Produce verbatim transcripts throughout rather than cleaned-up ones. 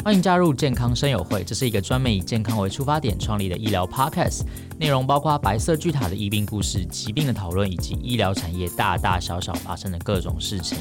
欢迎加入健康声友会，这是一个专门以健康为出发点创立的医疗 podcast， 内容包括白色巨塔的医病故事、疾病的讨论，以及医疗产业大大小小发生的各种事情。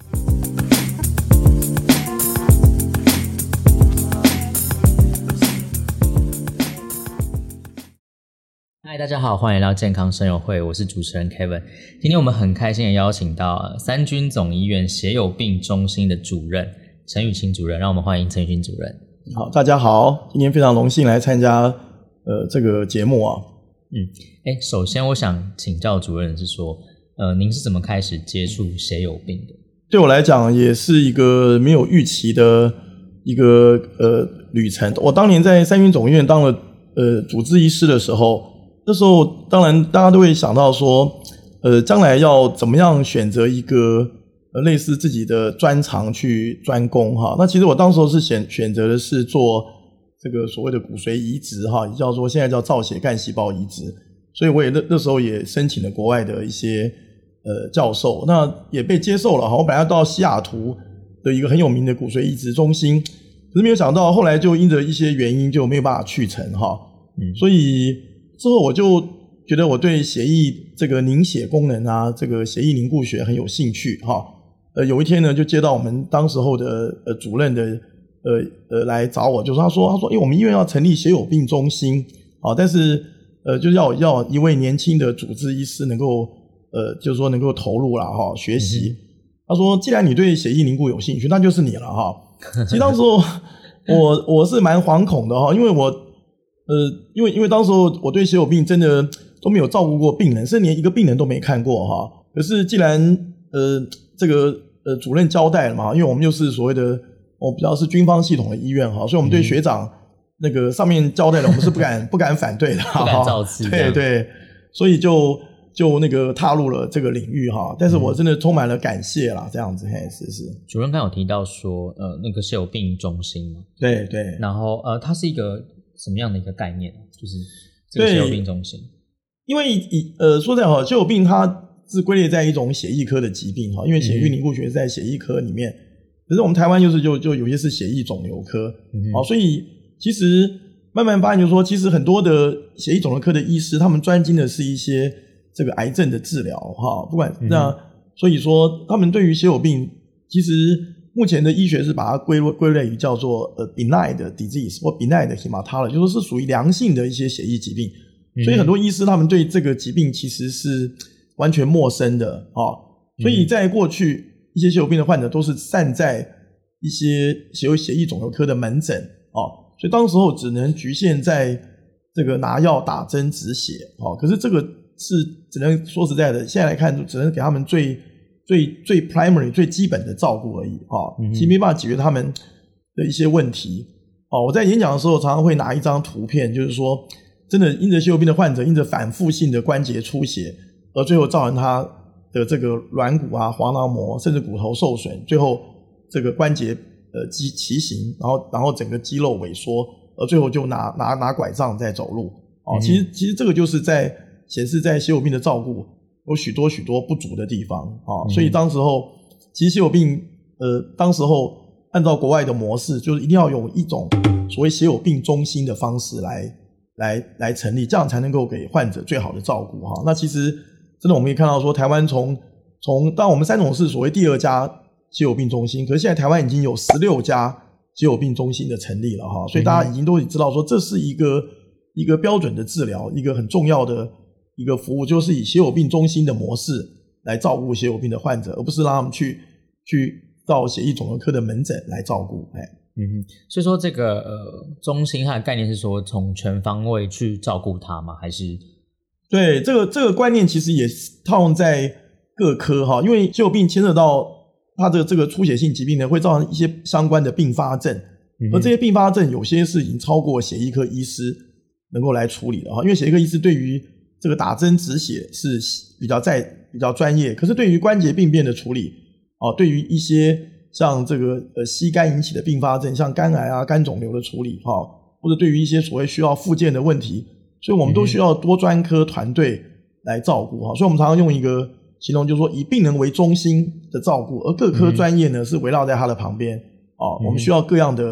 嗨，大家好，欢迎来到健康声友会，我是主持人 Kevin。今天我们很开心的邀请到三军总医院血友病中心的主任陈宇清主任，让我们欢迎陈宇清主任。 好，大家好，今天非常荣幸来参加呃这个节目啊。 嗯，哎，首先我想请教主任是说，呃，您是怎么开始接触血友病的？ 对我来讲，也是一个没有预期的一个呃旅程。我当年在三军总医院当了呃主治医师的时候，那时候当然大家都会想到说，呃，将来要怎么样选择一个呃类似自己的专长去专攻哈。那其实我当时是选选择的是做这个所谓的骨髓移植哈，也叫做现在叫造血干细胞移植。所以我也那那时候也申请了国外的一些呃教授，那也被接受了哈。我本来要到西雅图的一个很有名的骨髓移植中心，可是没有想到后来就因着一些原因就没有办法去成哈。嗯，所以之后我就觉得我对血液这个凝血功能啊，这个血液凝固学很有兴趣哈。呃，有一天呢，就接到我们当时候的呃主任的呃呃来找我，就是他说他说，哎，我们医院要成立血友病中心啊，但是呃就是要要一位年轻的主治医师能够呃就是说能够投入啦哈学习。嗯、他说，既然你对血液凝固有兴趣，那就是你了哈。其实当时候我我是蛮惶恐的哈，因为我呃因为因为当时候我对血友病真的都没有照顾过病人，甚至连一个病人都没看过哈。可是既然呃这个呃主任交代了嘛，因为我们又是所谓的我比较是军方系统的医院哈，所以我们对学长那个上面交代的，我们是不敢不敢反对的， 不敢造次， 对对，所以就就那个踏入了这个领域哈。但是我真的充满了感谢啦，这样子，嘿，是是。 主任刚有提到说，呃，那个血友病中心嘛， 对对， 然后呃，它是一个什么样的一个概念？就是这个血友病中心， 因为以呃说实在话，血友病它是归类在一种血液科的疾病哈，因为血液凝固学是在血液科里面，可是我们台湾就是就就有些是血液肿瘤科，嗯、好，所以其实慢慢发现就是说，其实很多的血液肿瘤科的医师，他们专精的是一些这个癌症的治疗哈，不管那、嗯、所以说他们对于血友病，其实目前的医学是把它归归类于叫做呃 benign 的 disease 或 benign 的 hematology， 就是说是属于良性的一些血液疾病，所以很多医师他们对这个疾病其实是完全陌生的啊，所以在过去一些血友病的患者都是散在一些血血液肿瘤科的门诊啊，所以当时候只能局限在这个拿药打针止血啊，可是这个是只能说实在的，现在来看只能给他们最最最 primary 最基本的照顾而已啊，其实没办法解决他们的一些问题啊。我在演讲的时候常常会拿一张图片，就是说真的因着血友病的患者因着反复性的关节出血，而最后造成他的这个软骨啊、滑囊膜甚至骨头受损，最后这个关节呃畸畸形，然后然后整个肌肉萎缩，而最后就拿拿拿拐杖在走路哦。嗯、其实其实这个就是在显示在血友病的照顾有许多许多不足的地方啊、哦。所以当时候其实血友病呃当时候按照国外的模式，就是一定要用一种所谓血友病中心的方式来来来成立，这样才能够给患者最好的照顾哈。那其实真的我们可以看到说，台湾从从当我们三种是所谓第二家血友病中心，可是现在台湾已经有十六家血友病中心的成立了哈，所以大家已经都知道说，这是一个一个标准的治疗，一个很重要的一个服务，就是以血友病中心的模式来照顾血友病的患者，而不是让他们去去到血液肿瘤科的门诊来照顾。哎， 嗯哼，所以说这个呃中心它的概念是说从全方位去照顾它吗？还是？ 对，这个这个观念其实也套用在各科哈，因为血友病牵涉到它的这个出血性疾病呢，会造成一些相关的并发症，嗯、而这些并发症有些是已经超过血液科医师能够来处理的哈，因为血液科医师对于这个打针止血是比较在比较专业，可是对于关节病变的处理啊，对于一些像这个呃膝肝引起的并发症，像肝癌啊、肝肿瘤的处理哈，或者对于一些所谓需要复健的问题，所以我们都需要多专科团队来照顾哈。所以我们常常用一个形容，就是说以病人为中心的照顾，而各科专业呢是围绕在他的旁边啊。我们需要各样的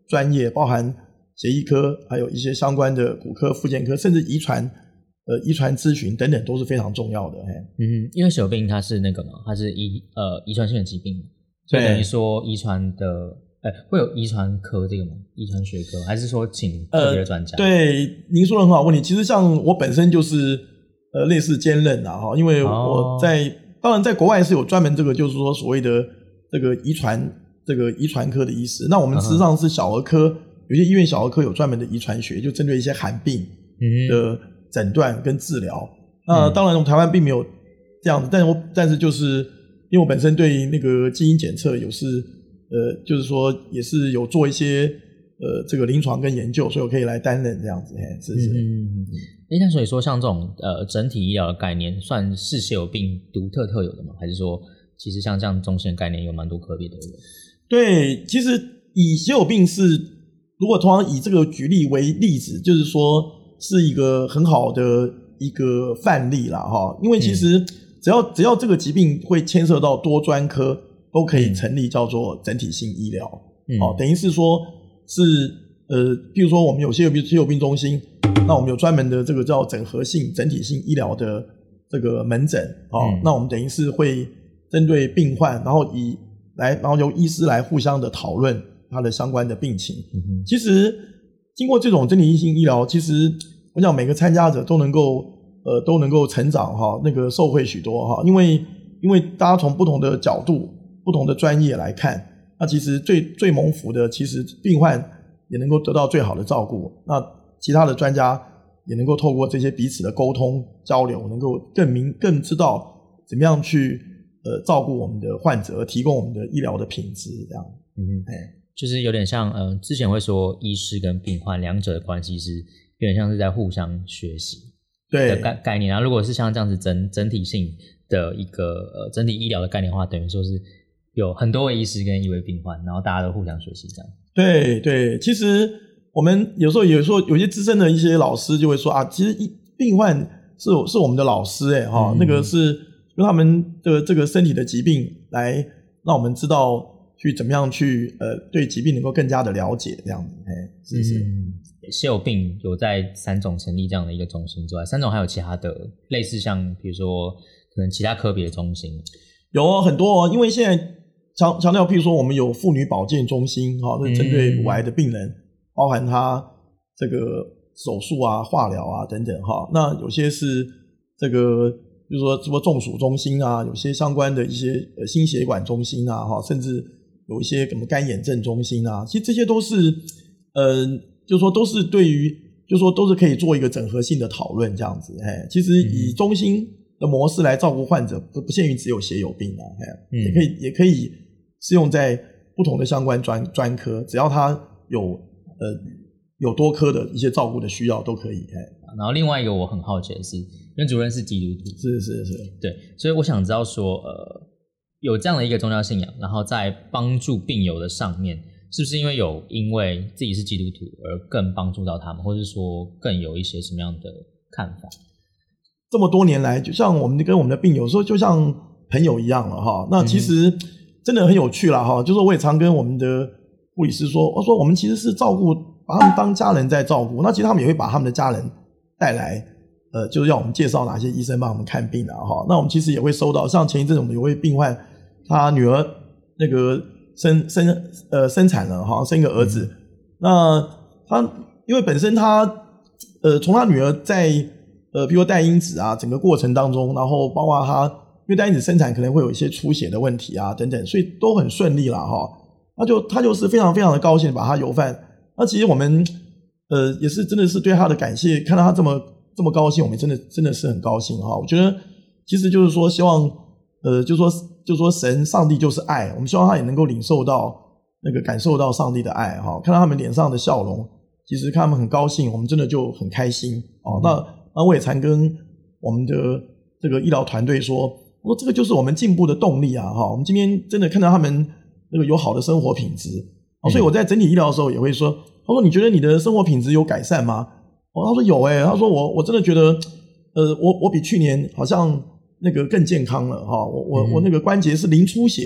专业，包含血液科，还有一些相关的骨科、复健科，甚至遗传呃遗传咨询等等都是非常重要的。 嗯，因为血友病它是那个嘛，它是遗呃遗传性的疾病，所以等于说遗传的。呃，会有遗传科这个吗？遗传学科，还是说请特别的专家？ 呃、对，您说的很好问题。其实像我本身就是呃类似兼任啊，哈，因为我在、哦、当然在国外是有专门这个就是说所谓的这个遗传这个遗传科的医师。那我们实际上是小儿科，嗯、有些医院小儿科有专门的遗传学，就针对一些罕病的诊断跟治疗。嗯、那当然我们台湾并没有这样子，但是我但是就是因为我本身对那个基因检测有是。呃，就是说也是有做一些呃这个临床跟研究，所以我可以来担任这样子，是是。 嗯，诶，那所以说像这种呃整体医疗的概念，算是血友病独特特有的吗？还是说其实像这样中心的概念有蛮多科别都有？ 对，其实以血友病是，如果通常以这个举例为例子，就是说是一个很好的一个范例啦哈，因为其实只要、嗯、只要这个疾病会牵涉到多专科。都可以成立叫做整体性医疗，嗯哦、等于是说是呃，譬如说我们有些有血友病中心，那我们有专门的这个叫整合性整体性医疗的这个门诊，哦嗯、那我们等于是会针对病患，然后以来，然后由医师来互相的讨论他的相关的病情。嗯、其实经过这种整体性医疗，其实我想每个参加者都能够呃都能够成长哈，那个受惠许多哈，因为因为大家从不同的角度。不同的专业来看，那其实最最蒙福的，其实病患也能够得到最好的照顾。那其他的专家也能够透过这些彼此的沟通交流，能够更明更知道怎么样去呃照顾我们的患者，提供我们的医疗的品质，这样。嗯， 就是有点像呃，之前会说医师跟病患两者的关系是有点像是在互相学习的概概念。然后如果是像这样子整整体性的一个呃整体医疗的概念的话，等于说是。有很多位医师跟一位病患，然后大家都互相学习这样。 对对，其实我们有时候有时候有些资深的一些老师就会说啊，其实病患是是我们的老师哎哈、嗯，那个是用他们的这个身体的疾病来让我们知道去怎么样去呃对疾病能够更加的了解这样子，哎，是是。 嗯，血友病有在三种成立这样的一个中心之外，三种还有其他的类似像比如说可能其他科别中心有很多哦，因为现在。强强调，譬如说，我们有妇女保健中心，哈，那针对乳癌的病人，嗯、包含他这个手术啊、化疗啊等等，哈。那有些是这个，比如说什么中暑中心啊，有些相关的一些呃心血管中心啊，哈，甚至有一些什么干眼症中心啊，其实这些都是，呃，就是说都是对于，就是说都是可以做一个整合性的讨论这样子，哎，其实以中心的模式来照顾患者，不不限于只有血友病啊，哎，嗯、也可以也可以。适用在不同的相关专专科，只要他有呃有多科的一些照顾的需要都可以。 然后另外一个我很好奇的是，因为主任是基督徒， 是是是， 对，所以我想知道说，呃，有这样的一个宗教信仰，然后在帮助病友的上面，是不是因为有因为自己是基督徒而更帮助到他们，或者说更有一些什么样的看法？ 这么多年来，就像我们跟我们的病友说，就像朋友一样了哈。那其实。嗯真的很有趣啦哈，就是我也常跟我们的护理师说，我说我们其实是照顾，把他们当家人在照顾，那其实他们也会把他们的家人带来，呃，就是要我们介绍哪些医生帮我们看病啊哈。那我们其实也会收到，像前一阵子我们有位病患，他女儿那个生生呃生产了哈，生一个儿子，嗯、那他因为本身他呃从他女儿在呃比如说带因子啊整个过程当中，然后包括他。因为带因子生产可能会有一些出血的问题啊等等，所以都很顺利啦哈。那就他就是非常非常的高兴把他油饭。那其实我们呃也是真的是对他的感谢，看到他这么这么高兴，我们真的真的是很高兴哈。我觉得其实就是说希望呃就说就说神上帝就是爱，我们希望他也能够领受到那个感受到上帝的爱哈。看到他们脸上的笑容，其实看他们很高兴，我们真的就很开心哦。那那我也常跟我们的这个医疗团队说。我说这个就是我们进步的动力啊！哈，我们今天真的看到他们那个有好的生活品质，哦，所以我在整体医疗的时候也会说，他说你觉得你的生活品质有改善吗？哦，他说有诶、欸，他说我我真的觉得，呃，我我比去年好像那个更健康了哈，我我我那个关节是零出血，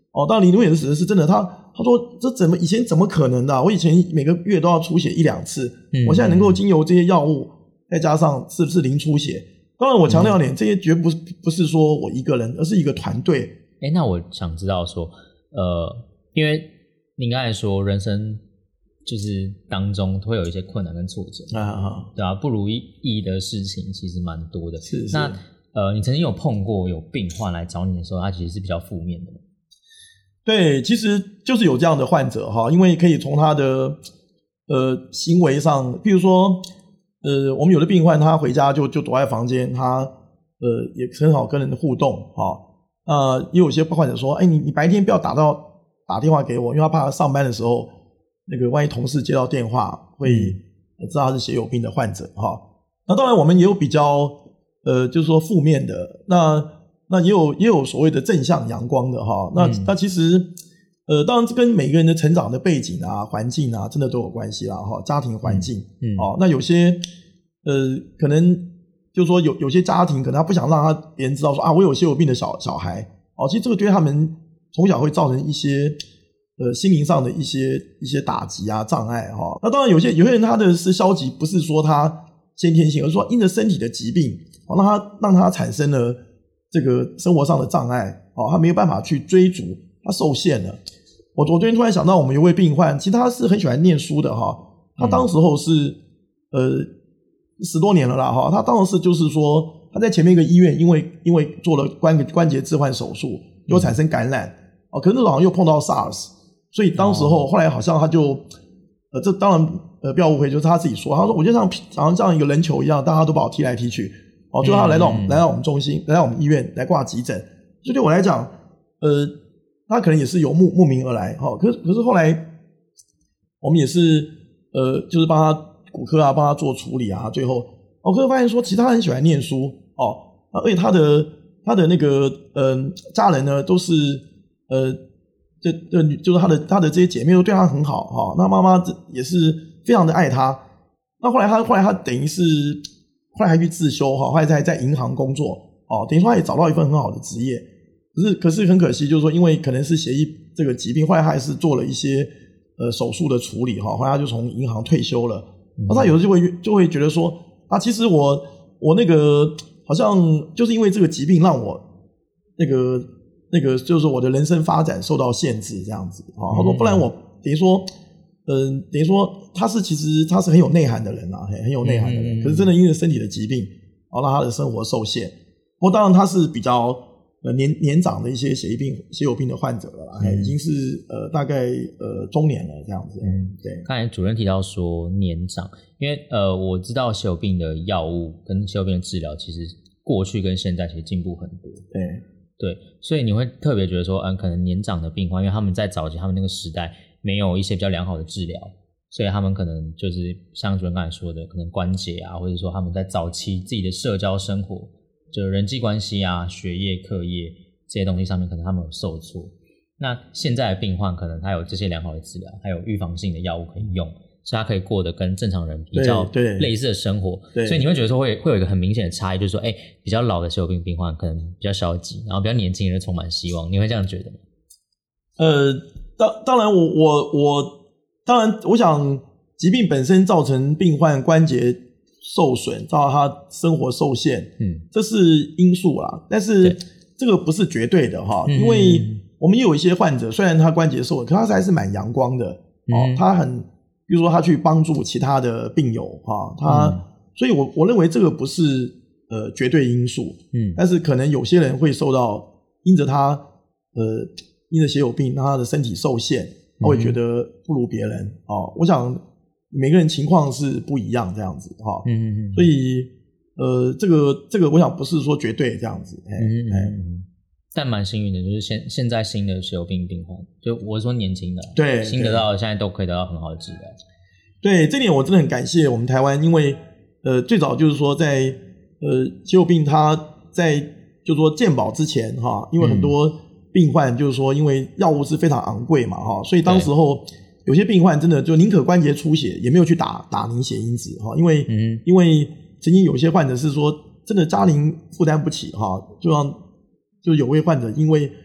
哦，当然林东也是是真的，他他说这怎么以前怎么可能的、啊？我以前每个月都要出血一两次，嗯、我现在能够经由这些药物，再加上是不是零出血？当然我强调一点，嗯、这些绝不是不是说我一个人，而是一个团队。 哎，那我想知道说，呃，因为您刚才说人生就是当中会有一些困难跟挫折，啊啊对吧、啊？不如意的事情其实蛮多的。 是是。 那呃，你曾经有碰过有病患来找你的时候，他其实是比较负面的吗？ 对，其实就是有这样的患者哈，因为可以从他的呃行为上，譬如说，呃，我们有的病患他回家就就躲在房间，他呃也很好跟人互动哈。呃，也有些患者说，哎，你你白天不要打到打电话给我，因为他怕他上班的时候，那个万一同事接到电话会知道他是血友病的患者哈。那当然我们也有比较呃，就是说负面的，那那也有也有所谓的正向阳光的哈。那、嗯、那其实呃，当然这跟每个人的成长的背景啊、环境啊，真的都有关系啦哈。家庭环境，嗯，哦，那有些呃，可能。就是说有有些家庭可能他不想让他别人知道说啊我有血友病的小小孩哦，其实这个对他们从小会造成一些呃心灵上的一些一些打击啊障碍哈、哦。那当然有些有些人他的是消极，不是说他先天性，而是说因着身体的疾病哦，让他让他产生了这个生活上的障碍哦，他没有办法去追逐，他受限了。我我昨天突然想到我们有位病患，其实他是很喜欢念书的哈，他当时候是、嗯、呃。十多年了啦哈，他当时就是说他在前面一个医院，因为因为做了关关节置换手术，又产生感染哦，可是那好像又碰到 SARS， 所以当时候、哦、后来好像他就呃，这当然呃不要误会，就是他自己说，他说我就像好像像一个人球一样，大家都把我踢来踢去哦，最后他来到我们、嗯、来到我们中心，来到我们医院来挂急诊，所以对我来讲，呃，他可能也是有慕慕名而来哈、哦，可是可是后来我们也是呃，就是帮他。骨科啊，帮他做处理啊，最后我可以发现说，其实他很喜欢念书哦，而且他的他的那个嗯、呃、家人呢，都是呃这这就是他的他的这些姐妹都对他很好哈、哦，那妈妈也是非常的爱他。那后来他后来他等于是后来还去自修哈，后来在在银行工作哦，等于说他也找到一份很好的职业。可是可是很可惜，就是说因为可能是血液这个疾病，后来他还是做了一些呃手术的处理哈，后来他就从银行退休了。那他有的就会就会觉得说啊，其实我我那个好像就是因为这个疾病让我那个那个就是我的人生发展受到限制这样子啊。他说不然我等于说嗯、呃、等于说他是其实他是很有内涵的人啊，很有内涵的人，可是真的因为身体的疾病啊让他的生活受限。不过当然他是比较呃年年长的一些血液病血友病的患者了啦、嗯、已经是呃大概呃中年了这样子。嗯，对。 刚才主任提到说年长，因为呃我知道血友病的药物跟血友病的治疗其实过去跟现在其实进步很多。 对对，所以你会特别觉得说嗯可能年长的病患，因为他们在早期他们那个时代没有一些比较良好的治疗，所以他们可能就是像主任刚才说的，可能关节啊，或者说他们在早期自己的社交生活就人际关系啊、学业、课业这些东西上面，可能他们有受挫。那现在的病患可能他有这些良好的治疗，还有预防性的药物可以用，所以他可以过得跟正常人比较类似的生活。所以你会觉得说会会有一个很明显的差异，就是说，哎，比较老的血友病病患可能比较消极，然后比较年轻人充满希望。你会这样觉得吗？ 呃，当当然我，我我我当然，我想疾病本身造成病患关节受损，造成他生活受限，嗯，这是因素啦，但是这个不是绝对的哈，因为我们也有一些患者，虽然他关节受损，可他还是蛮阳光的哦，嗯、他很，比如说他去帮助其他的病友哈，他，嗯、所以我我认为这个不是呃绝对因素，嗯，但是可能有些人会受到因着他呃因着血友病，让他的身体受限，他会觉得不如别人哦，我想。每个人情况是不一样，这样子哈，嗯嗯嗯，所以呃，这个这个，我想不是说绝对这样子，嗯嗯嗯，但蛮幸运的，就是现现在新的血友病病患，就我是说年轻的， 对， 新得到的现在都可以得到很好的治疗。 对，这点我真的很感谢我们台湾，因为呃，最早就是说在呃血友病它在就是说健保之前哈，因为很多病患就是说因为药物是非常昂贵嘛哈，所以当时候。有些病患真的就宁可关节出血，也没有去打打凝血因子哈，因为、嗯、因为曾经有些患者是说真的家庭负担不起哈，就让就有位患者因为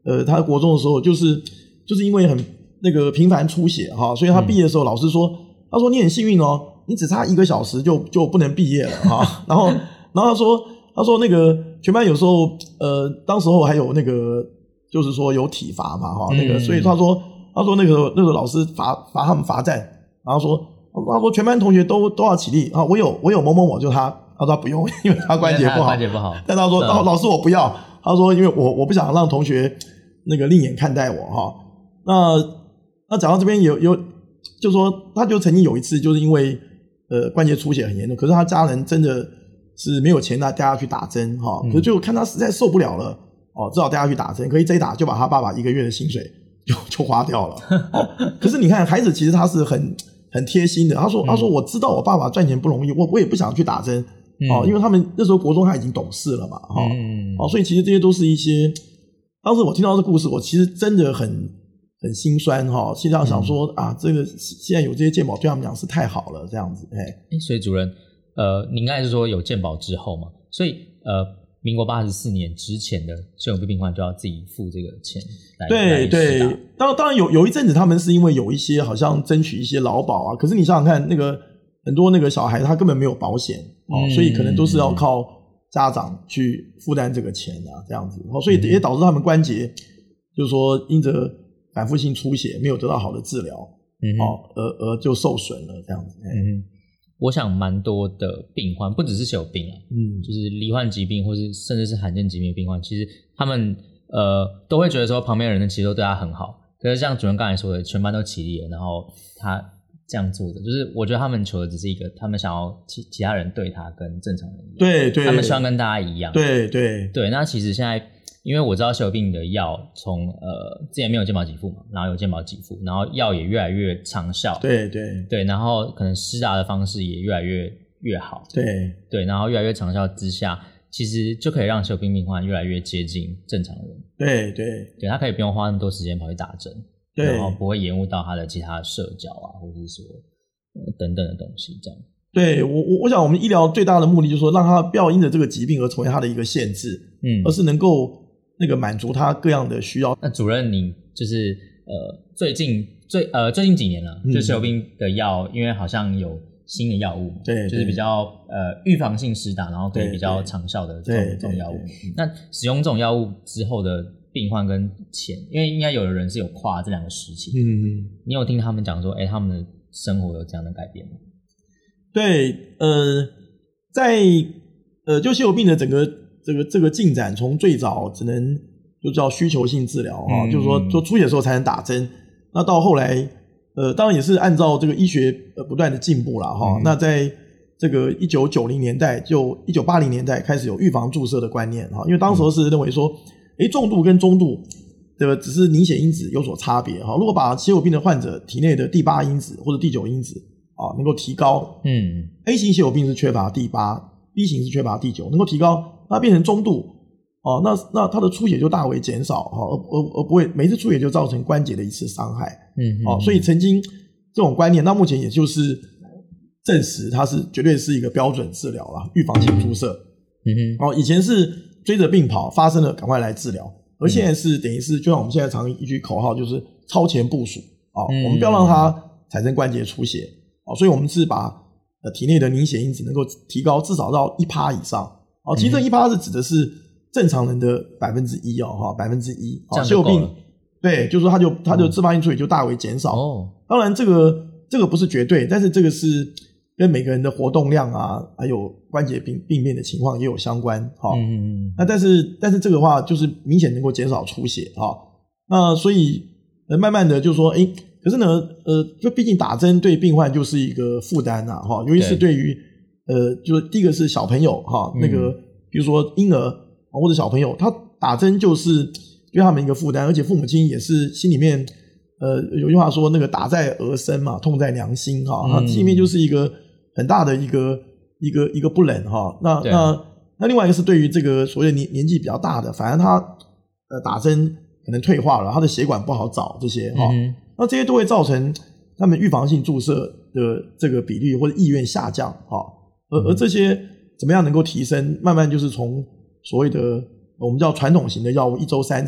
呃，他国中的时候就是就是因为很那个频繁出血哈，所以他毕业的时候老师说，他说你很幸运哦，你只差一个小时就就不能毕业了哈。然后然后他说他说那个全班有时候呃，当时候还有那个就是说有体罚嘛哈，那个所以他说他说那个那个老师罚罚他们罚站，然后说他说全班同学都都要起立啊，我有我有某某某就他。他说他不用，因为他关节不好。 关节不好。 但他说：“老老师我不要。”他说：“因为我我不想让同学那个另眼看待我哈。”那那讲到这边有有，就说他就曾经有一次，就是因为呃关节出血很严重，可是他家人真的是没有钱带他去打针哈。可是就看他实在受不了了哦，只好带他去打针。可以这一打就把他爸爸一个月的薪水就就花掉了。哦，可是你看孩子其实他是很很贴心的。他说：“他说我知道我爸爸赚钱不容易，我我也不想去打针。”哦，因为他们那时候国中他已经懂事了嘛，哈、哦，嗯、哦，所以其实这些都是一些，当时我听到这故事，我其实真的很很心酸哈、哦，心上想说、嗯、啊，这个现在有这些健保对他们讲是太好了，这样子，哎， 所以主任，呃，您刚才是说有健保之后嘛，所以呃，民国八十四年之前的血友病病患就要自己付这个钱来， 对对，当当然有有一阵子他们是因为有一些好像争取一些劳保啊，可是你想想看那个。很多那个小孩他根本没有保险哦、嗯，所以可能都是要靠家长去负担这个钱啊，这样子哦，所以也导致他们关节就是说因着反复性出血没有得到好的治疗，嗯，哦，而而就受损了这样子。 嗯，我想蛮多的病患不只是血友病啊，嗯，就是罹患疾病或是甚至是罕见疾病的病患，其实他们呃都会觉得说旁边的人其实都对他很好，可是像主任刚才说的，全班都起立了，然后他。这样做的，就是我觉得他们求的只是一个，他们想要其其他人对他跟正常人一样， 对对， 他们希望跟大家一样， 对对对。那其实现在，因为我知道血友病的药从呃之前没有健保给付嘛，然后有健保给付，然后药也越来越长效， 对对对，然后可能施打的方式也越来越越好， 对对， 然后越来越长效之下，其实就可以让血友病病患越来越接近正常人， 对对对， 他可以不用花那么多时间跑去打针。 对， 然后不会延误到他的其他社交啊，或者是说、呃、等等的东西，这样。 对，我我我想我们医疗最大的目的就是说，让他不要因着这个疾病而成为他的一个限制，嗯，而是能够那个满足他各样的需要。 那主任，你就是呃最近最呃最近几年了，嗯、就血友病的药，因为好像有新的药物， 对， 就是比较呃预防性施打，然后可以比较长效的这种这种药物。那使用这种药物之后的病患跟钱，因为应该有的人是有跨这两个时期，嗯，你有听他们讲说，哎，他们的生活有这样的改变吗？ 对，呃，在呃，就血友病的整个这个这个进展，从最早只能就叫需求性治疗哈、嗯，就是说就出血的时候才能打针，那到后来，呃，当然也是按照这个医学呃不断的进步啦哈、嗯，那在这个一九九零年代就一九八零年代开始有预防注射的观念哈，因为当时是认为说。嗯诶，重度跟中度的只是凝血因子有所差别哈。如果把血友病的患者体内的第八因子或者第九因子啊能够提高，嗯 ，A 型血友病是缺乏第八 ，B 型是缺乏第九，能够提高，那变成中度哦，那那它的出血就大为减少哈，而而而不会每次出血就造成关节的一次伤害，嗯，哦，所以曾经这种观念，那目前也就是证实它是绝对是一个标准治疗啦，预防性注射，嗯哼，哦，以前是。追着病跑，发生了赶快来治疗，而现在是等于是就像我们现在常一句口号，就是超前部署啊、哦嗯，我们不要让它产生关节出血啊、哦，所以我们是把呃体内的凝血因子能够提高至少到 百分之一 以上啊、哦，其实这 百分之一 是指的是正常人的百分之一哦哈，百分之一啊，血友病对，就是说它就它就自发性出血就大为减少哦，当然这个这个不是绝对，但是这个是。跟每个人的活动量啊，还有关节病病变的情况也有相关哈、哦嗯。那但是但是这个的话，就是明显能够减少出血哈、哦。那所以呃，慢慢的就说，哎，可是呢，呃，就毕竟打针对病患就是一个负担呐哈，尤其是对于呃，就是第一个是小朋友哈、哦，那个比如说婴儿或者小朋友，他打针就是对他们一个负担，而且父母亲也是心里面呃，有句话说那个打在儿身嘛，痛在娘心哈，他、嗯、心里面就是一个。很大的一个一个一个不忍哈，那那那另外一个是对于这个所谓年年纪比较大的，反正他呃打针可能退化了，他的血管不好找这些哈、嗯，那这些都会造成他们预防性注射的这个比例或者意愿下降哈，而而这些怎么样能够提升？慢慢就是从所谓的我们叫传统型的药物一周三次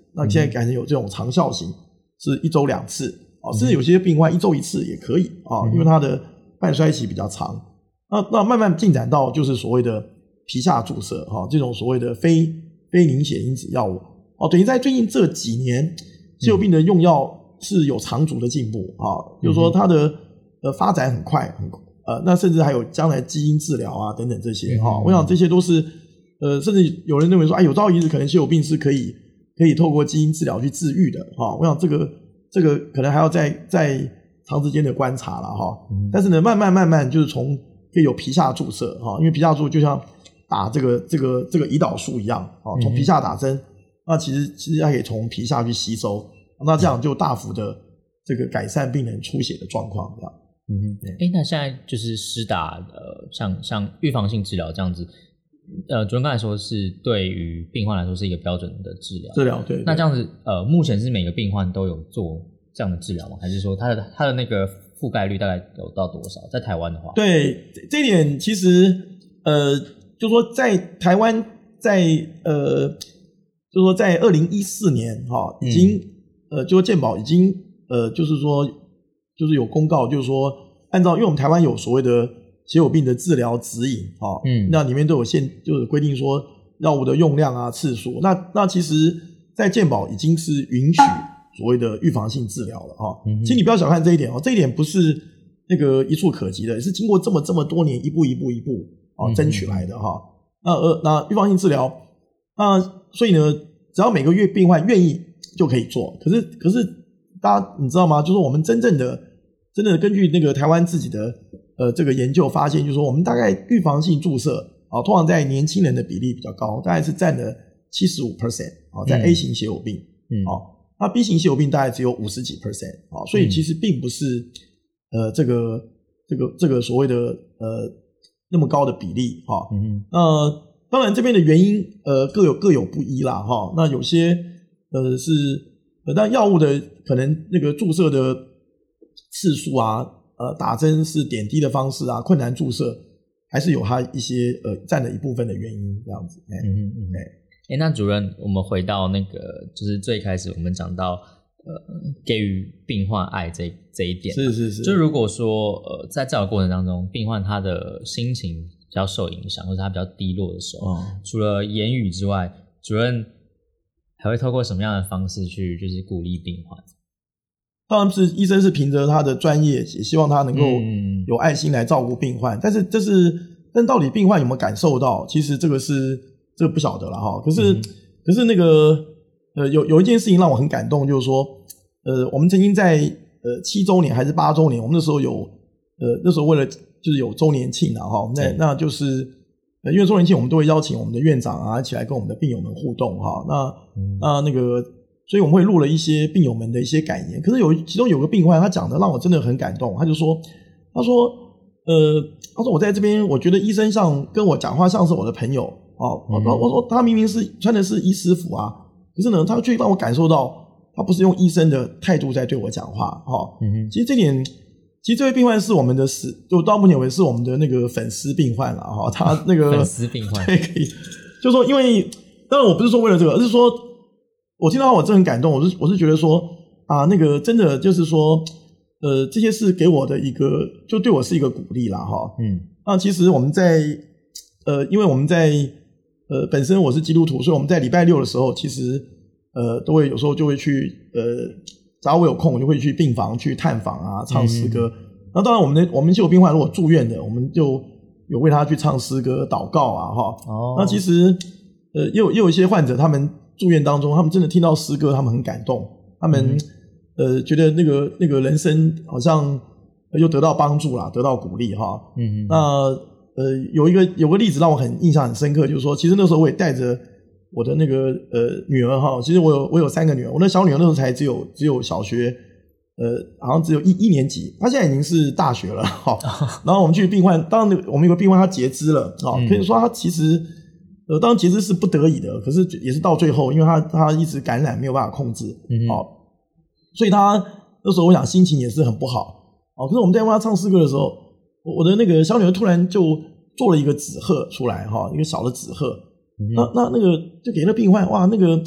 那现在改成有这种长效型，是一周两次啊，甚至有些病患一周一次也可以啊，因为它的半衰期比较长。那那慢慢进展到就是所谓的皮下注射哈，这种所谓的非非凝血因子药物哦，等于在最近这几年，血友病的用药是有长足的进步啊，就是说它的呃发展很快，很呃，那甚至还有将来基因治疗啊等等这些哈，我想这些都是呃，甚至有人认为说，哎，有朝一日可能血友病是可以可以透过基因治疗去治愈的哈，我想这个这个可能还要再再长时间的观察了哈，但是呢，慢慢慢慢就是从可以有皮下注射哈，因为皮下注就像打这个这个这个胰岛素一样啊，从皮下打针，那其实其实它可以从皮下去吸收，那这样就大幅的这个改善病人出血的状况这样。 嗯，哎，那现在就是施打呃，像像预防性治疗这样子，呃，主任刚才说是对于病患来说是一个标准的治疗， 治疗对, 对。 那这样子呃，目前是每个病患都有做这样的治疗吗？还是说它的它的那个覆盖率大概有到多少？在台湾的话， 对这一点其实呃，就说在台湾在呃，就说在二零一四年哈，已经、嗯、呃，就说健保已经呃，就是说就是有公告，就是说按照因为我们台湾有所谓的血友病的治疗指引哈，嗯，那里面都有限，就是规定说药物的用量啊、次数，那那其实在健保已经是允许所谓的预防性治疗了哈，嗯，其实你不要小看这一点哦，这一点不是那个一触可及的，是经过这么这么多年一步一步一步啊争取来的哈。那呃那预防性治疗，那所以呢，只要每个月病患愿意就可以做。可是可是大家你知道吗？就是我们真正的真的根据那个台湾自己的呃这个研究发现，就是说我们大概预防性注射啊，通常在年轻人的比例比较高，大概是占了 百分之七十五 啊，在 A 型血友病，嗯，啊，那 B 型血友病大概只有五十几 percent 啊，所以其实并不是呃这个这个这个所谓的呃那么高的比例哈。嗯，那当然这边的原因呃各有各有不一啦哈。那有些呃是呃但药物的可能那个注射的次数啊，呃打针是点滴的方式啊，困难注射还是有它一些呃占了一部分的原因这样子。嗯嗯嗯。 哎，那主任，我们回到那个就是最开始我们讲到呃给予病患爱这这一点， 是是是。 就如果说呃在治疗过程当中，病患他的心情比较受影响，或者他比较低落的时候，嗯，除了言语之外，主任还会透过什么样的方式去就是鼓励病患？ 当然是医生是凭着他的专业，也希望他能够有爱心来照顾病患，嗯，但是这是但到底病患有没有感受到？其实这个是这个不晓得了哈。可是，嗯，可是那个呃有有一件事情让我很感动，就是说呃我们曾经在呃七周年还是八周年，我们那时候有呃那时候为了就是有周年庆啊哈，我们在那就是呃因为周年庆我们都会邀请我们的院长啊一起来跟我们的病友们互动哈。那，嗯，那那个所以我们会录了一些病友们的一些感言。可是有其中有个病患他讲的让我真的很感动，他就说他说呃他说我在这边我觉得医生像跟我讲话像是我的朋友哦，我我说他明明是穿的是医师服啊，可是呢，他却让我感受到他不是用医生的态度在对我讲话哈。嗯，其实这点，其实这位病患是我们的死，就到目前为止是我们的那个粉丝病患了哈。他那个粉丝病患， 对，可以，就说因为当然我不是说为了这个，而是说我听到我真的很感动，我是我是觉得说啊，那个真的就是说呃这些是给我的一个，就对我是一个鼓励啦哈。嗯，那其实我们在呃，因为我们在呃，本身我是基督徒，所以我们在礼拜六的时候，其实呃，都会有时候就会去呃，只要我有空，我就会去病房去探访啊，唱诗歌。嗯，那当然，我们的我们就有病患如果住院的，我们就有为他去唱诗歌、祷告啊，哈。哦。那其实呃，也有也有一些患者，他们住院当中，他们真的听到诗歌，他们很感动，他们，嗯，呃觉得那个那个人生好像又得到帮助啦，得到鼓励哈。嗯。那。呃，有一个有个例子让我很印象很深刻，就是说，其实那时候我也带着我的那个呃女儿哈，其实我有我有三个女儿，我那小女儿那时候才只有只有小学，呃，好像只有一一年级，她现在已经是大学了哈。然后我们去病患，当然我们有个病患她截肢了啊，可以说她其实呃，当然截肢是不得已的，可是也是到最后，因为她她一直感染没有办法控制，嗯，好，所以她那时候我想心情也是很不好啊。可是我们在为她唱诗歌的时候，我的那个小女儿突然就做了一个纸鹤出来哈，一个小的纸鹤，嗯，那那那个就给那病患哇，那个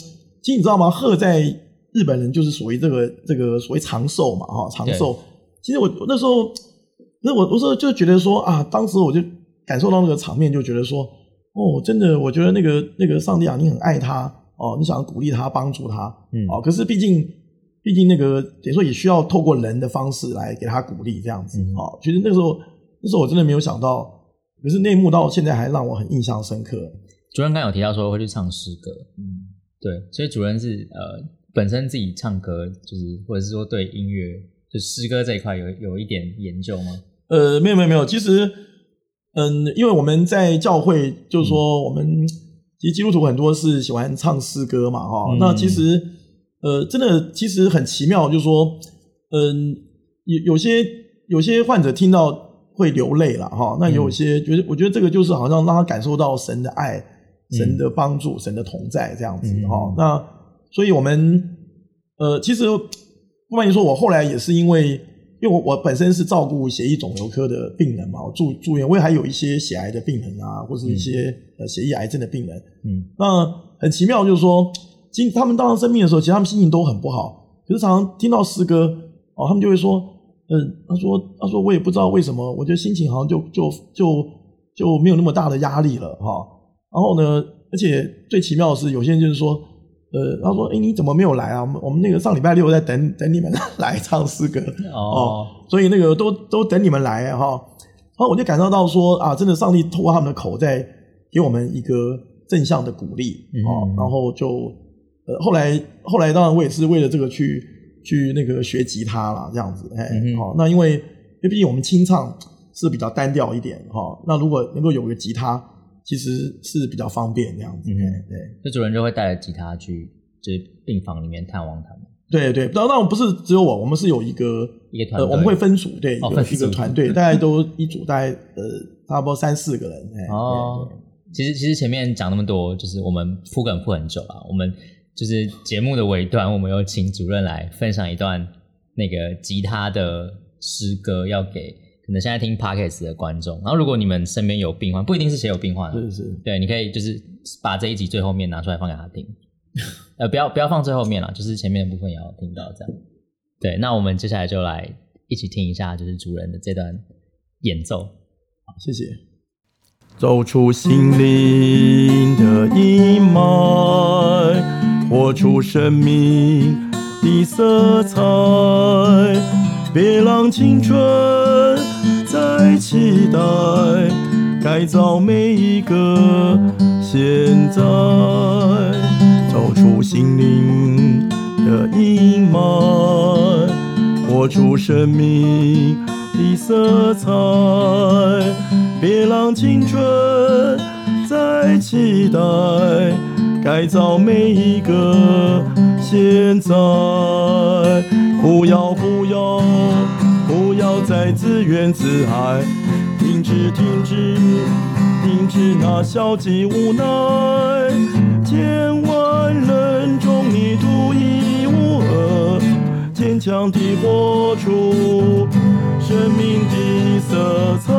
其实你知道吗？鹤在日本人就是属于这个这个所谓长寿嘛，哈，长寿。其实我那时候，那我我说就觉得说啊，当时我就感受到那个场面，就觉得说，哦，真的，我觉得那个那个上帝啊，你很爱他哦，你想鼓励他，帮助他，嗯，哦，可是毕竟毕竟那个等于说也需要透过人的方式来给他鼓励，这样子，嗯、哦，其实那时候那时候我真的没有想到，可是那一幕到现在还让我很印象深刻。 主任刚有提到说会去唱诗歌，嗯，对，所以主任是呃本身自己唱歌，就是或者是说对音乐就诗歌这一块有有一点研究吗？ 呃，没有没有没有，其实嗯，因为我们在教会就是说我们、嗯、其实基督徒很多是喜欢唱诗歌嘛，哈、嗯，那其实呃真的其实很奇妙，就是说嗯有有些有些患者听到会流泪啦，哈，那有些觉得、嗯、我觉得这个就是好像让他感受到神的爱。神的帮助、嗯、神的同在这样子、嗯哦、那所以我们呃，其实不瞒你说，我后来也是因为因为我我本身是照顾血液肿瘤科的病人嘛，我住住院，我也还有一些血癌的病人啊，或是一些、嗯、呃血液癌症的病人，嗯，那很奇妙就是说，今他们当时生病的时候，其实他们心情都很不好，可是常常听到诗歌哦，他们就会说，嗯、呃，他说他说我也不知道为什么，我觉得心情好像就就就就没有那么大的压力了哈。哦然后呢，而且最奇妙的是，有些人就是说，呃，他说：“哎，你怎么没有来啊？我们我们那个上礼拜六在等等你们来唱诗歌哦，哦，所以那个都都等你们来哈。”然后我就感受到说啊，真的上帝透过他们的口在给我们一个正向的鼓励哦、嗯。然后就呃后来后来当然我也是为了这个去去那个学吉他啦，这样子哎、嗯哦，那因为因为毕竟我们清唱是比较单调一点哈、哦，那如果能够有个吉他。其实是比较方便这样子，嗯，对， 所以主任就会带着吉他去，就是病房里面探望他们。 对对，当然不是只有我，我们是有一个一个团队、 呃，我们会分组，对， 哦、 一个一个团队，大概都一组大概呃差不多三四个人。 哦，其实其实前面讲那么多，就是我们铺梗铺很久了，我们就是节目的尾端，我们有请主任来分享一段那个吉他的诗歌，要给。可能现在听 Podcast 的观众，然后如果你们身边有病患，不一定是谁有病患、啊， 是是， 对，你可以就是把这一集最后面拿出来放给他听，呃，不要不要放最后面啦，就是前面的部分也要听到这样。对，那我们接下来就来一起听一下，就是主人的这段演奏。 好，谢谢。走出心灵的阴霾，活出生命的色彩，别让青春在期待，改造每一个现在，走出心灵的阴霾，活出生命的色彩，别让青春在期待，改造每一个现在，不要不要不要再自怨自艾，停止停止停止那消极无奈，千万人中你独一无二，坚强地活出生命的色彩，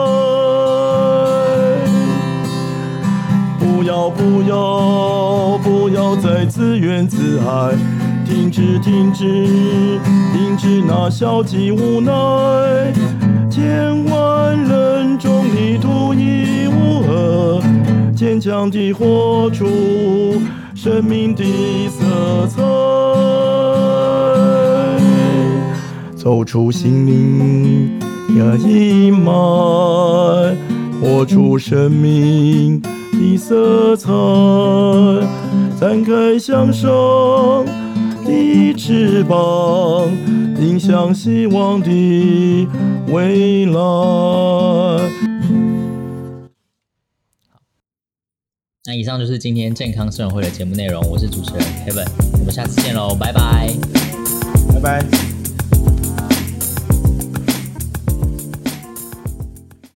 不要不要不要再自怨自艾，停止停止停止那消极无奈，千万人中你独一无二，坚强地活出生命的色彩，走出心灵的阴霾，活出生命的色彩，展开向上的翅膀，迎向希望的未来。 那以上就是今天健康生活会的节目内容，我是主持人 Kevin， 我们下次见喽，拜拜， 拜拜。